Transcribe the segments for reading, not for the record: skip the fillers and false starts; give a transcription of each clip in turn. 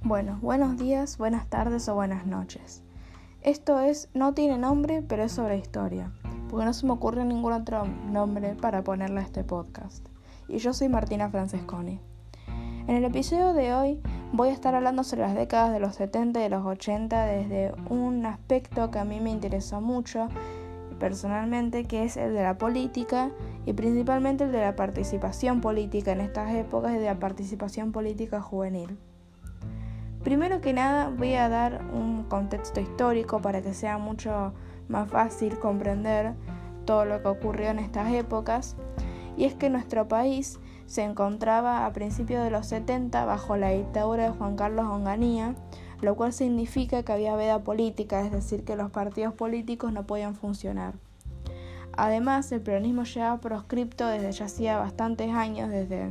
Bueno, buenos días, buenas tardes o buenas noches. Esto no tiene nombre, pero es sobre historia, porque no se me ocurre ningún otro nombre para ponerle a este podcast. Y yo soy Martina Francesconi. En el episodio de hoy voy a estar hablando sobre las décadas de los 70 y de los 80 desde un aspecto que a mí me interesó mucho personalmente, que es el de la política y principalmente el de la participación política en estas épocas y de la participación política juvenil. Primero que nada voy a dar un contexto histórico para que sea mucho más fácil comprender todo lo que ocurrió en estas épocas, y es que nuestro país se encontraba a principios de los 70 bajo la dictadura de Juan Carlos Onganía, lo cual significa que había veda política, es decir, que los partidos políticos no podían funcionar. Además, el peronismo llevaba proscripto desde ya hacía bastantes años, desde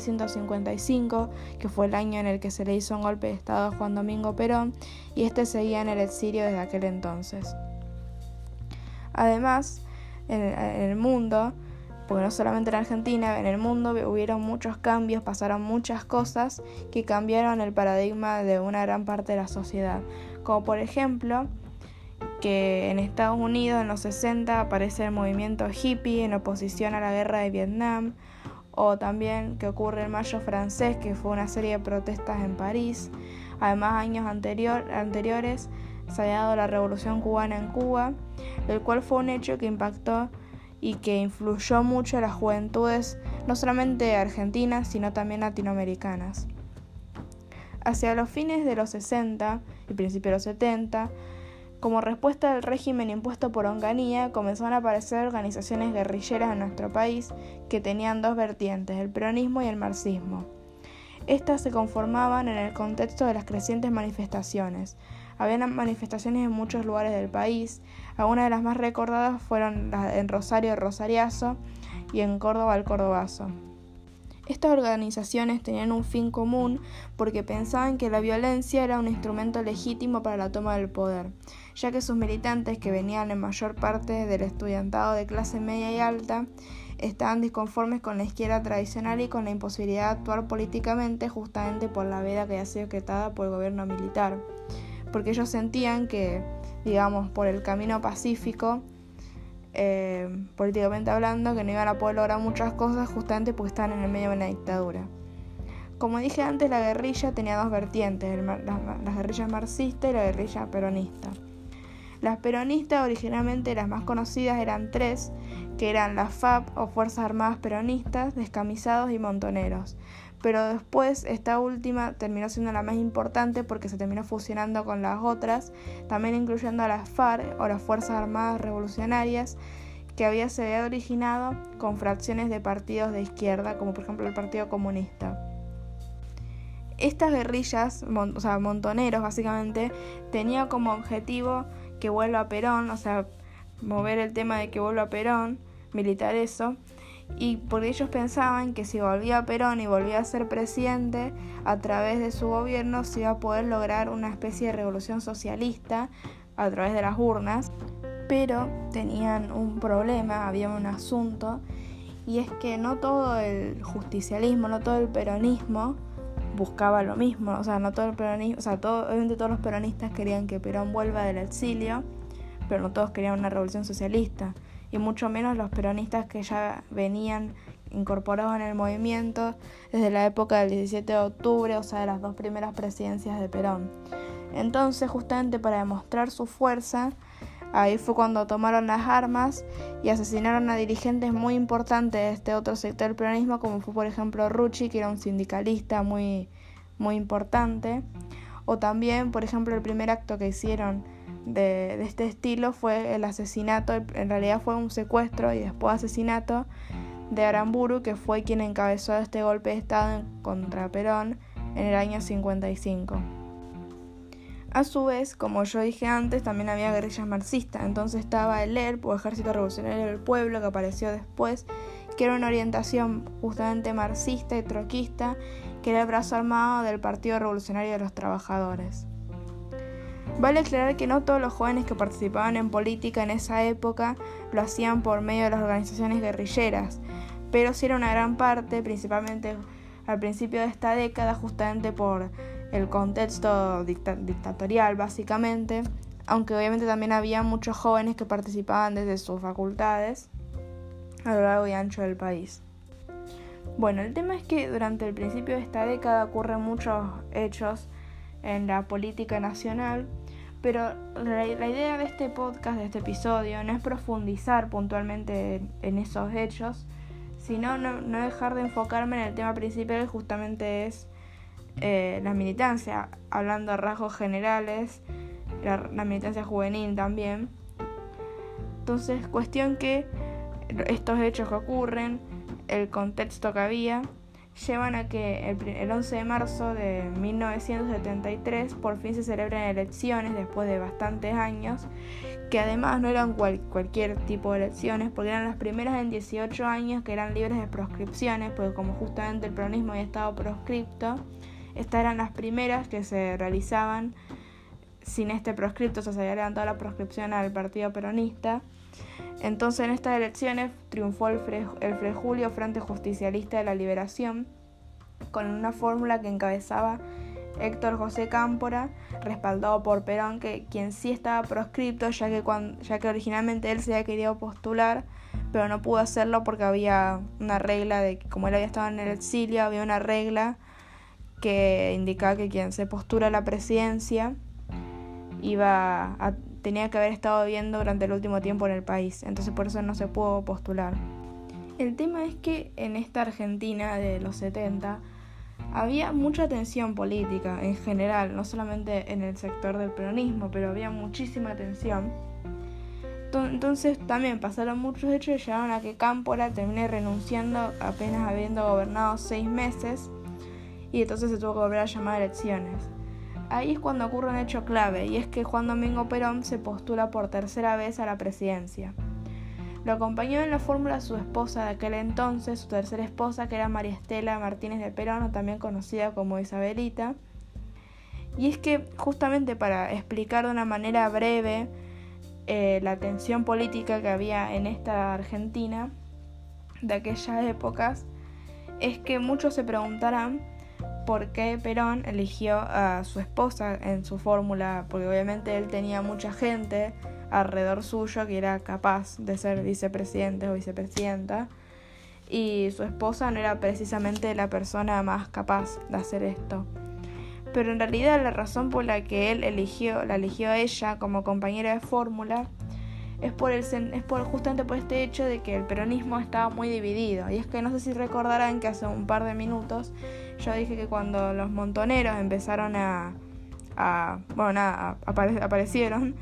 1955, que fue el año en el que se le hizo un golpe de Estado a Juan Domingo Perón, y este seguía en el exilio desde aquel entonces. Además, en el mundo, porque no solamente en Argentina, en el mundo hubieron muchos cambios, pasaron muchas cosas que cambiaron el paradigma de una gran parte de la sociedad, como por ejemplo que en Estados Unidos en los 60 aparece el movimiento hippie en oposición a la guerra de Vietnam, o también que ocurre el Mayo francés, que fue una serie de protestas en París. Además, años anteriores se había dado la Revolución Cubana en Cuba, el cual fue un hecho que impactó y que influyó mucho en las juventudes, no solamente argentinas, sino también latinoamericanas. Hacia los fines de los 60 y principios de los 70, como respuesta al régimen impuesto por Onganía, comenzaron a aparecer organizaciones guerrilleras en nuestro país que tenían dos vertientes, el peronismo y el marxismo. Estas se conformaban en el contexto de las crecientes manifestaciones. Habían manifestaciones en muchos lugares del país. Algunas de las más recordadas fueron en Rosario el Rosariazo y en Córdoba el Cordobazo. Estas organizaciones tenían un fin común porque pensaban que la violencia era un instrumento legítimo para la toma del poder, ya que sus militantes, que venían en mayor parte del estudiantado de clase media y alta, estaban disconformes con la izquierda tradicional y con la imposibilidad de actuar políticamente justamente por la veda que había sido decretada por el gobierno militar, porque ellos sentían que, por el camino pacífico, políticamente hablando, que no iban a poder lograr muchas cosas justamente porque estaban en el medio de una dictadura. Como dije antes, la guerrilla tenía dos vertientes, la guerrilla marxista y la guerrilla peronista. Las peronistas, originalmente las más conocidas, eran tres, que eran las FAP o Fuerzas Armadas Peronistas, Descamisados y Montoneros. Pero después esta última terminó siendo la más importante porque se terminó fusionando con las otras, también incluyendo a las FARC o las Fuerzas Armadas Revolucionarias, que se había originado con fracciones de partidos de izquierda, como por ejemplo el Partido Comunista. Estas guerrillas, montoneros básicamente, tenían como objetivo que vuelva Perón, mover el tema de que vuelva Perón, militar eso, y porque ellos pensaban que si volvía Perón y volvía a ser presidente, a través de su gobierno se iba a poder lograr una especie de revolución socialista a través de las urnas, pero tenían un problema, había un asunto, y es que no todo el justicialismo, no todo el peronismo buscaba lo mismo, no todo el peronismo, obviamente todos los peronistas querían que Perón vuelva del exilio, pero no todos querían una revolución socialista, y mucho menos los peronistas que ya venían incorporados en el movimiento desde la época del 17 de octubre, de las dos primeras presidencias de Perón. Entonces, justamente para demostrar su fuerza, ahí fue cuando tomaron las armas y asesinaron a dirigentes muy importantes de este otro sector del peronismo, como fue por ejemplo Rucci, que era un sindicalista muy, muy importante, o también, por ejemplo, el primer acto que hicieron de este estilo fue el asesinato, en realidad fue un secuestro y después asesinato de Aramburu, que fue quien encabezó este golpe de Estado contra Perón en el año 55. A su vez, como yo dije antes, también había guerrillas marxistas. Entonces estaba el ERP o Ejército Revolucionario del Pueblo, que apareció después, que era una orientación justamente marxista y troquista, que era el brazo armado del Partido Revolucionario de los Trabajadores. Vale aclarar que no todos los jóvenes que participaban en política en esa época lo hacían por medio de las organizaciones guerrilleras, pero sí era una gran parte, principalmente al principio de esta década, justamente por el contexto dictatorial básicamente, aunque obviamente también había muchos jóvenes que participaban desde sus facultades a lo largo y ancho del país. Bueno, el tema es que durante el principio de esta década ocurren muchos hechos en la política nacional, pero la idea de este podcast, de este episodio, no es profundizar puntualmente en esos hechos, sino no dejar de enfocarme en el tema principal, que justamente es la militancia, hablando a rasgos generales, la militancia juvenil también. Entonces, cuestión que estos hechos que ocurren, el contexto que había, llevan a que el 11 de marzo de 1973 por fin se celebren elecciones después de bastantes años, que además no eran cualquier tipo de elecciones, porque eran las primeras en 18 años que eran libres de proscripciones, porque como justamente el peronismo había estado proscripto, estas eran las primeras que se realizaban sin este proscripto, o sea, se había levantado la proscripción al partido peronista. Entonces en estas elecciones triunfó el Frei Julio, Frente Justicialista de la Liberación, con una fórmula que encabezaba Héctor José Cámpora, respaldado por Perón, quien sí estaba proscripto, ya que originalmente él se había querido postular, pero no pudo hacerlo porque había una regla de que, como él había estado en el exilio, había una regla que indicaba que quien se postula a la presidencia tenía que haber estado viviendo durante el último tiempo en el país, entonces por eso no se pudo postular. El tema es que en esta Argentina de los 70 había mucha tensión política en general, no solamente en el sector del peronismo, pero había muchísima tensión. Entonces también pasaron muchos hechos y llegaron a que Cámpora termine renunciando apenas habiendo gobernado 6 meses, y entonces se tuvo que volver a llamar a elecciones. Ahí es cuando ocurre un hecho clave, y es que Juan Domingo Perón se postula por tercera vez a la presidencia. Lo acompañó en la fórmula su esposa de aquel entonces, su tercera esposa, que era María Estela Martínez de Perón, o también conocida como Isabelita. Y es que justamente para explicar de una manera breve la tensión política que había en esta Argentina de aquellas épocas, es que muchos se preguntarán por qué Perón eligió a su esposa en su fórmula, porque obviamente él tenía mucha gente alrededor suyo que era capaz de ser vicepresidente o vicepresidenta, y su esposa no era precisamente la persona más capaz de hacer esto. Pero en realidad la razón por la que él la eligió a ella como compañera de fórmula es justamente por este hecho de que el peronismo estaba muy dividido. Y es que no sé si recordarán que hace un par de minutos yo dije que cuando los montoneros empezaron aparecieron,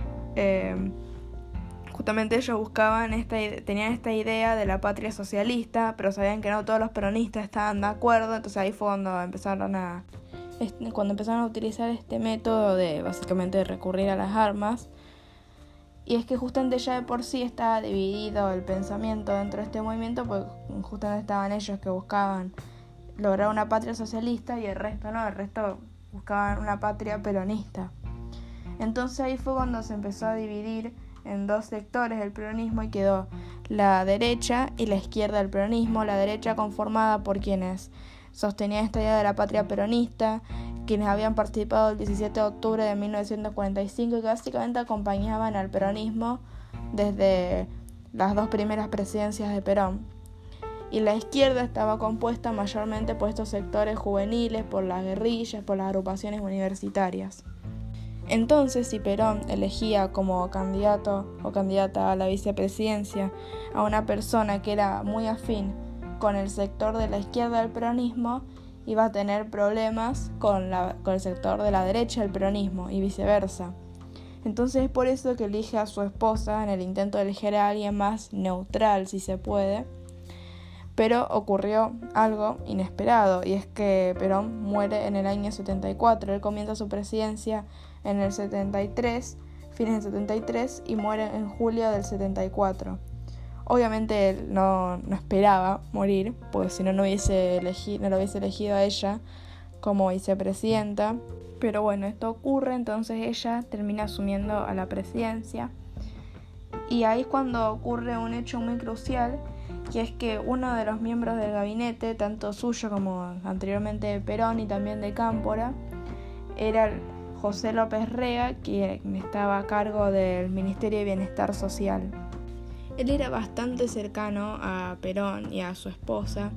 justamente ellos tenían esta idea de la patria socialista, pero sabían que no todos los peronistas estaban de acuerdo. Entonces ahí fue cuando empezaron a utilizar este método de básicamente recurrir a las armas. Y es que justamente ya de por sí estaba dividido el pensamiento dentro de este movimiento, porque justamente estaban ellos que buscaban lograr una patria socialista y el resto buscaban una patria peronista. Entonces ahí fue cuando se empezó a dividir en dos sectores el peronismo y quedó la derecha y la izquierda del peronismo. La derecha conformada por quienes sostenían esta idea de la patria peronista, quienes habían participado el 17 de octubre de 1945 y que básicamente acompañaban al peronismo desde las dos primeras presidencias de Perón. Y la izquierda estaba compuesta mayormente por estos sectores juveniles, por las guerrillas, por las agrupaciones universitarias. Entonces, si Perón elegía como candidato o candidata a la vicepresidencia a una persona que era muy afín con el sector de la izquierda del peronismo, iba a tener problemas con el sector de la derecha del peronismo y viceversa. Entonces es por eso que elige a su esposa en el intento de elegir a alguien más neutral, si se puede. Pero ocurrió algo inesperado, y es que Perón muere en el año 74. Él comienza su presidencia en el 73, fines del 73, y muere en julio del 74. Obviamente él no esperaba morir, porque si no lo hubiese elegido a ella como vicepresidenta. Pero bueno, esto ocurre, entonces ella termina asumiendo a la presidencia. Y ahí es cuando ocurre un hecho muy crucial, que es que uno de los miembros del gabinete, tanto suyo como anteriormente de Perón y también de Cámpora, era José López Rega, quien estaba a cargo del Ministerio de Bienestar Social. Él era bastante cercano a Perón y a su esposa,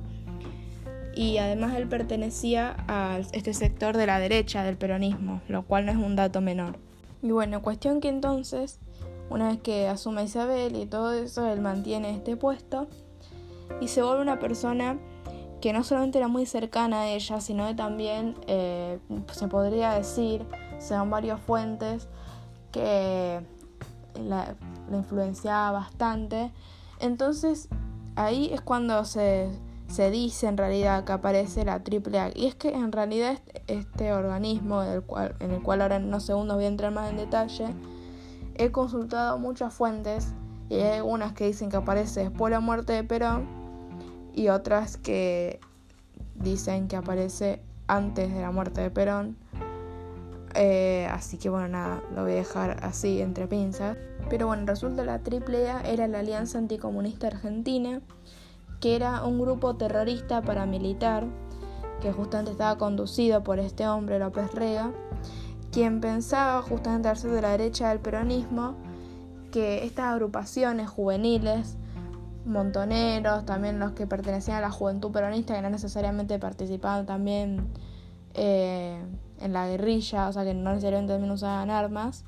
y además él pertenecía a este sector de la derecha del peronismo, lo cual no es un dato menor. Y bueno, cuestión que entonces, una vez que asume Isabel y todo eso, él mantiene este puesto y se vuelve una persona que no solamente era muy cercana a ella, sino que también, se podría decir, según varias fuentes, que la influenciaba bastante. Entonces ahí es cuando se dice en realidad que aparece la AAA, y es que en realidad este organismo en el cual ahora en unos segundos voy a entrar más en detalle, he consultado muchas fuentes y hay algunas que dicen que aparece después de la muerte de Perón y otras que dicen que aparece antes de la muerte de Perón. Así que bueno, nada, lo voy a dejar así entre pinzas. Pero bueno, resulta que la AAA era la Alianza Anticomunista Argentina, que era un grupo terrorista paramilitar que justamente estaba conducido por este hombre, López Rega, quien pensaba justamente al ser de la derecha del peronismo que estas agrupaciones juveniles, montoneros, también los que pertenecían a la juventud peronista, que no necesariamente participaban también en la guerrilla, o sea que no necesariamente también usaban armas,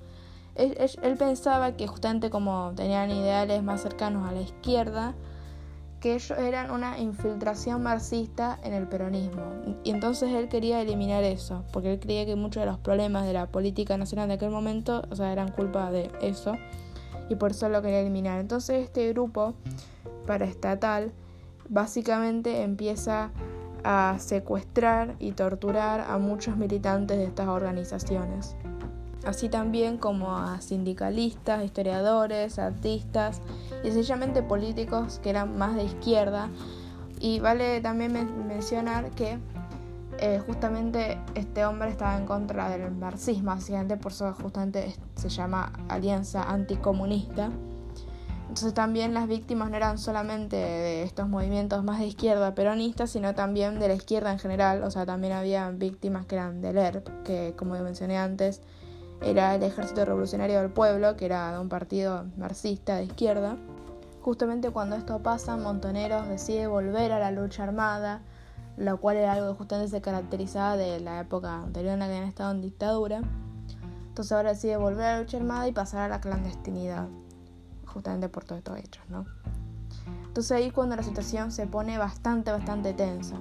él pensaba que justamente como tenían ideales más cercanos a la izquierda, que ellos eran una infiltración marxista en el peronismo, y entonces él quería eliminar eso, porque él creía que muchos de los problemas de la política nacional de aquel momento, o sea, eran culpa de eso, y por eso lo quería eliminar. Entonces este grupo paraestatal básicamente empieza a secuestrar y torturar a muchos militantes de estas organizaciones, así también como a sindicalistas, historiadores, artistas y sencillamente políticos que eran más de izquierda. Y vale también mencionar que justamente este hombre estaba en contra del marxismo, básicamente por eso justamente se llama Alianza Anticomunista. Entonces también las víctimas no eran solamente de estos movimientos más de izquierda peronistas, sino también de la izquierda en general. O sea, también había víctimas que eran del ERP, que como mencioné antes, era el Ejército Revolucionario del Pueblo, que era de un partido marxista de izquierda. Justamente cuando esto pasa, Montoneros decide volver a la lucha armada, lo cual era algo que justamente se caracterizaba de la época anterior en la que habían estado en dictadura. Entonces ahora decide volver a la lucha armada y pasar a la clandestinidad, justamente por todos estos hechos, ¿no? Entonces ahí cuando la situación se pone bastante tensa.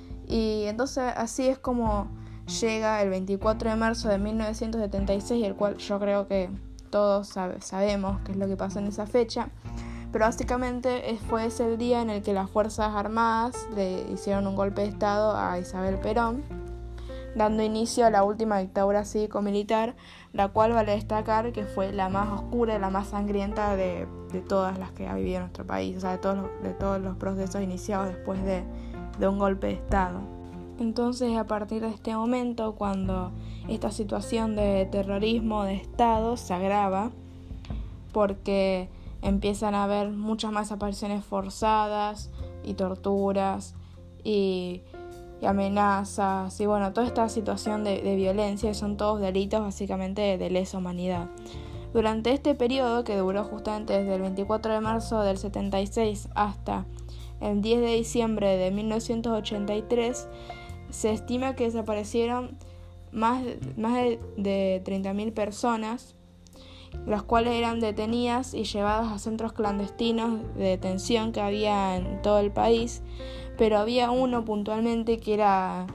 Y entonces así es como llega el 24 de marzo de 1976, el cual yo creo que todos sabemos qué es lo que pasó en esa fecha, pero básicamente fue ese día en el que las Fuerzas Armadas le hicieron un golpe de Estado a Isabel Perón, dando inicio a la última dictadura cívico-militar, la cual vale destacar que fue la más oscura y la más sangrienta de todas las que ha vivido nuestro país, o sea, de todos los procesos iniciados después de un golpe de Estado. Entonces, a partir de este momento, cuando esta situación de terrorismo de Estado se agrava, porque empiezan a haber muchas más desapariciones forzadas y torturas y amenazas y bueno, toda esta situación de violencia, son todos delitos básicamente de lesa humanidad. Durante este periodo, que duró justamente desde el 24 de marzo del 76 hasta el 10 de diciembre de 1983, se estima que desaparecieron más de 30.000 personas, las cuales eran detenidas y llevadas a centros clandestinos de detención que había en todo el país, pero había uno puntualmente que era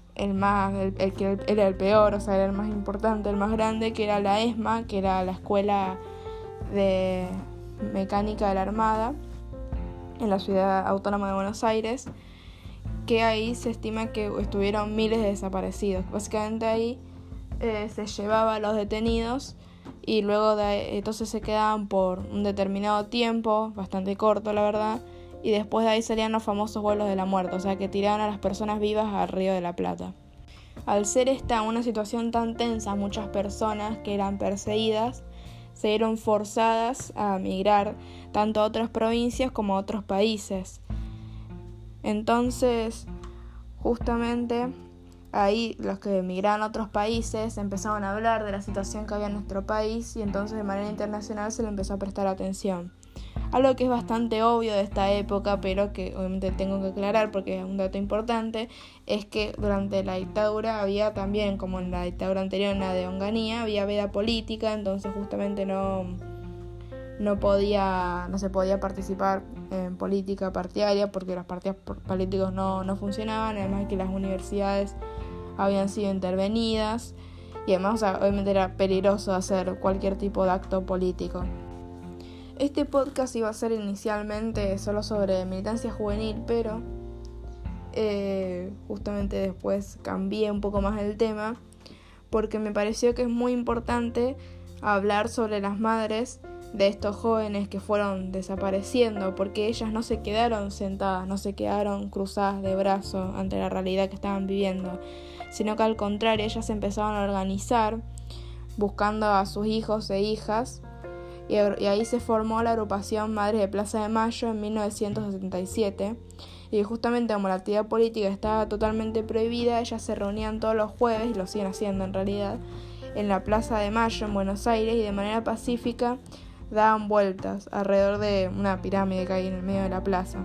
el que era el peor, o sea, era el más importante, el más grande, que era la ESMA, que era la Escuela de Mecánica de la Armada en la Ciudad Autónoma de Buenos Aires, que ahí se estima que estuvieron miles de desaparecidos. Básicamente ahí se llevaba a los detenidos y luego entonces se quedaban por un determinado tiempo, bastante corto la verdad, y después de ahí salían los famosos vuelos de la muerte, o sea que tiraban a las personas vivas al Río de la Plata. Al ser esta una situación tan tensa, muchas personas que eran perseguidas se vieron forzadas a migrar tanto a otras provincias como a otros países. Entonces, justamente ahí los que emigraron a otros países empezaron a hablar de la situación que había en nuestro país y entonces de manera internacional se le empezó a prestar atención. Algo que es bastante obvio de esta época, pero que obviamente tengo que aclarar porque es un dato importante, es que durante la dictadura había también, como en la dictadura anterior, en la de Onganía, había veda política, entonces justamente no se podía participar en política partidaria porque los partidos políticos no funcionaban, además que las universidades habían sido intervenidas y además obviamente era peligroso hacer cualquier tipo de acto político. Este podcast iba a ser inicialmente solo sobre militancia juvenil, pero justamente después cambié un poco más el tema porque me pareció que es muy importante hablar sobre las madres de estos jóvenes que fueron desapareciendo, porque ellas no se quedaron sentadas, no se quedaron cruzadas de brazos ante la realidad que estaban viviendo, sino que al contrario, ellas se empezaron a organizar buscando a sus hijos e hijas, y ahí se formó la agrupación Madres de Plaza de Mayo en 1977, y justamente como la actividad política estaba totalmente prohibida, ellas se reunían todos los jueves, y lo siguen haciendo en realidad, en la Plaza de Mayo en Buenos Aires, y de manera pacífica daban vueltas alrededor de una pirámide que hay en el medio de la plaza.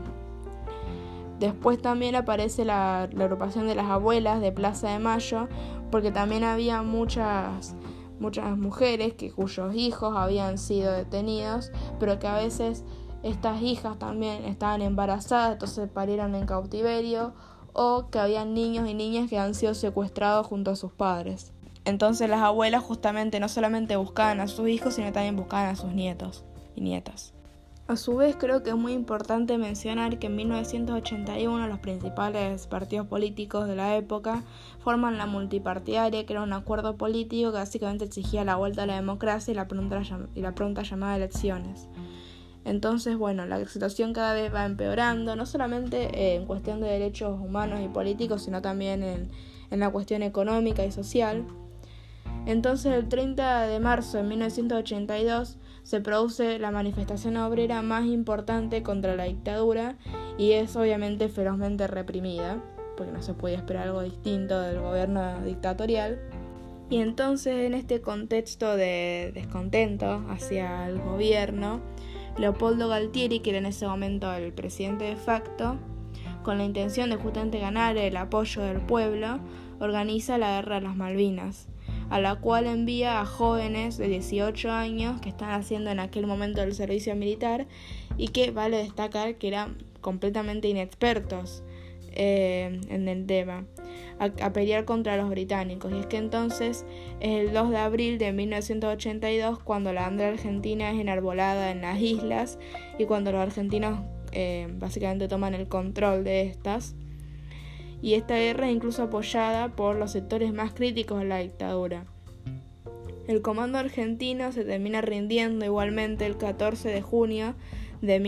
Después también aparece la agrupación de las abuelas de Plaza de Mayo, porque también había muchas mujeres cuyos hijos habían sido detenidos, pero que a veces estas hijas también estaban embarazadas, entonces parieron en cautiverio, o que habían niños y niñas que han sido secuestrados junto a sus padres. Entonces las abuelas justamente no solamente buscaban a sus hijos, sino también buscaban a sus nietos y nietas. A su vez, creo que es muy importante mencionar que en 1981 los principales partidos políticos de la época forman la multipartidaria, que era un acuerdo político que básicamente exigía la vuelta a la democracia y la pronta llamada de elecciones. Entonces, la situación cada vez va empeorando, no solamente en cuestión de derechos humanos y políticos, sino también en la cuestión económica y social. Entonces, el 30 de marzo de 1982 se produce la manifestación obrera más importante contra la dictadura y es obviamente ferozmente reprimida, porque no se podía esperar algo distinto del gobierno dictatorial. Y entonces, en este contexto de descontento hacia el gobierno, Leopoldo Galtieri, que era en ese momento el presidente de facto, con la intención de justamente ganar el apoyo del pueblo, organiza la Guerra de las Malvinas, a la cual envía a jóvenes de 18 años que están haciendo en aquel momento el servicio militar y que vale destacar que eran completamente inexpertos en el tema, a pelear contra los británicos. Y es que entonces es el 2 de abril de 1982 cuando la bandera argentina es enarbolada en las islas y cuando los argentinos básicamente toman el control de estas. Y esta guerra es incluso apoyada por los sectores más críticos de la dictadura. El comando argentino se termina rindiendo igualmente el 14 de junio de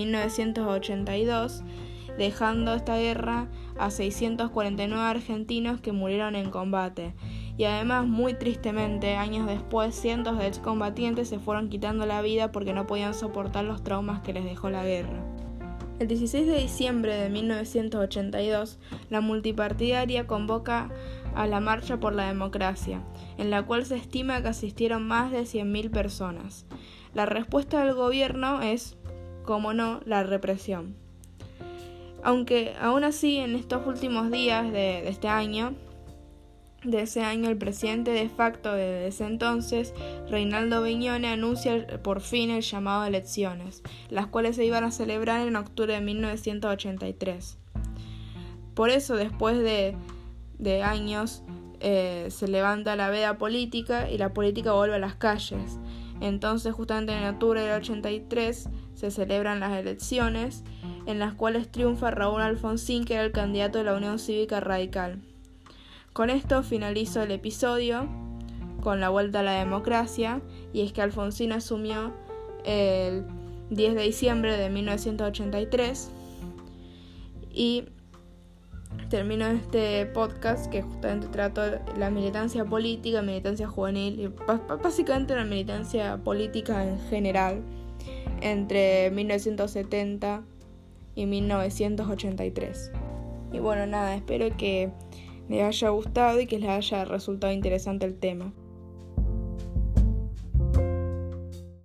1982, dejando esta guerra a 649 argentinos que murieron en combate. Y además, muy tristemente, años después, cientos de excombatientes se fueron quitando la vida porque no podían soportar los traumas que les dejó la guerra. El 16 de diciembre de 1982, la multipartidaria convoca a la Marcha por la Democracia, en la cual se estima que asistieron más de 100.000 personas. La respuesta del gobierno es, como no, la represión. Aunque aún así, en estos últimos días de ese año, el presidente de facto de ese entonces, Reinaldo Vignone, anuncia por fin el llamado a elecciones, las cuales se iban a celebrar en octubre de 1983. Por eso, después de años, se levanta la veda política y la política vuelve a las calles. Entonces, justamente en octubre del 83, se celebran las elecciones, en las cuales triunfa Raúl Alfonsín, que era el candidato de la Unión Cívica Radical. Con esto finalizo el episodio con la vuelta a la democracia, y es que Alfonsín asumió el 10 de diciembre de 1983 y termino este podcast que justamente trato la militancia política, militancia juvenil y básicamente la militancia política en general entre 1970 y 1983. Y espero que les haya gustado y que les haya resultado interesante el tema.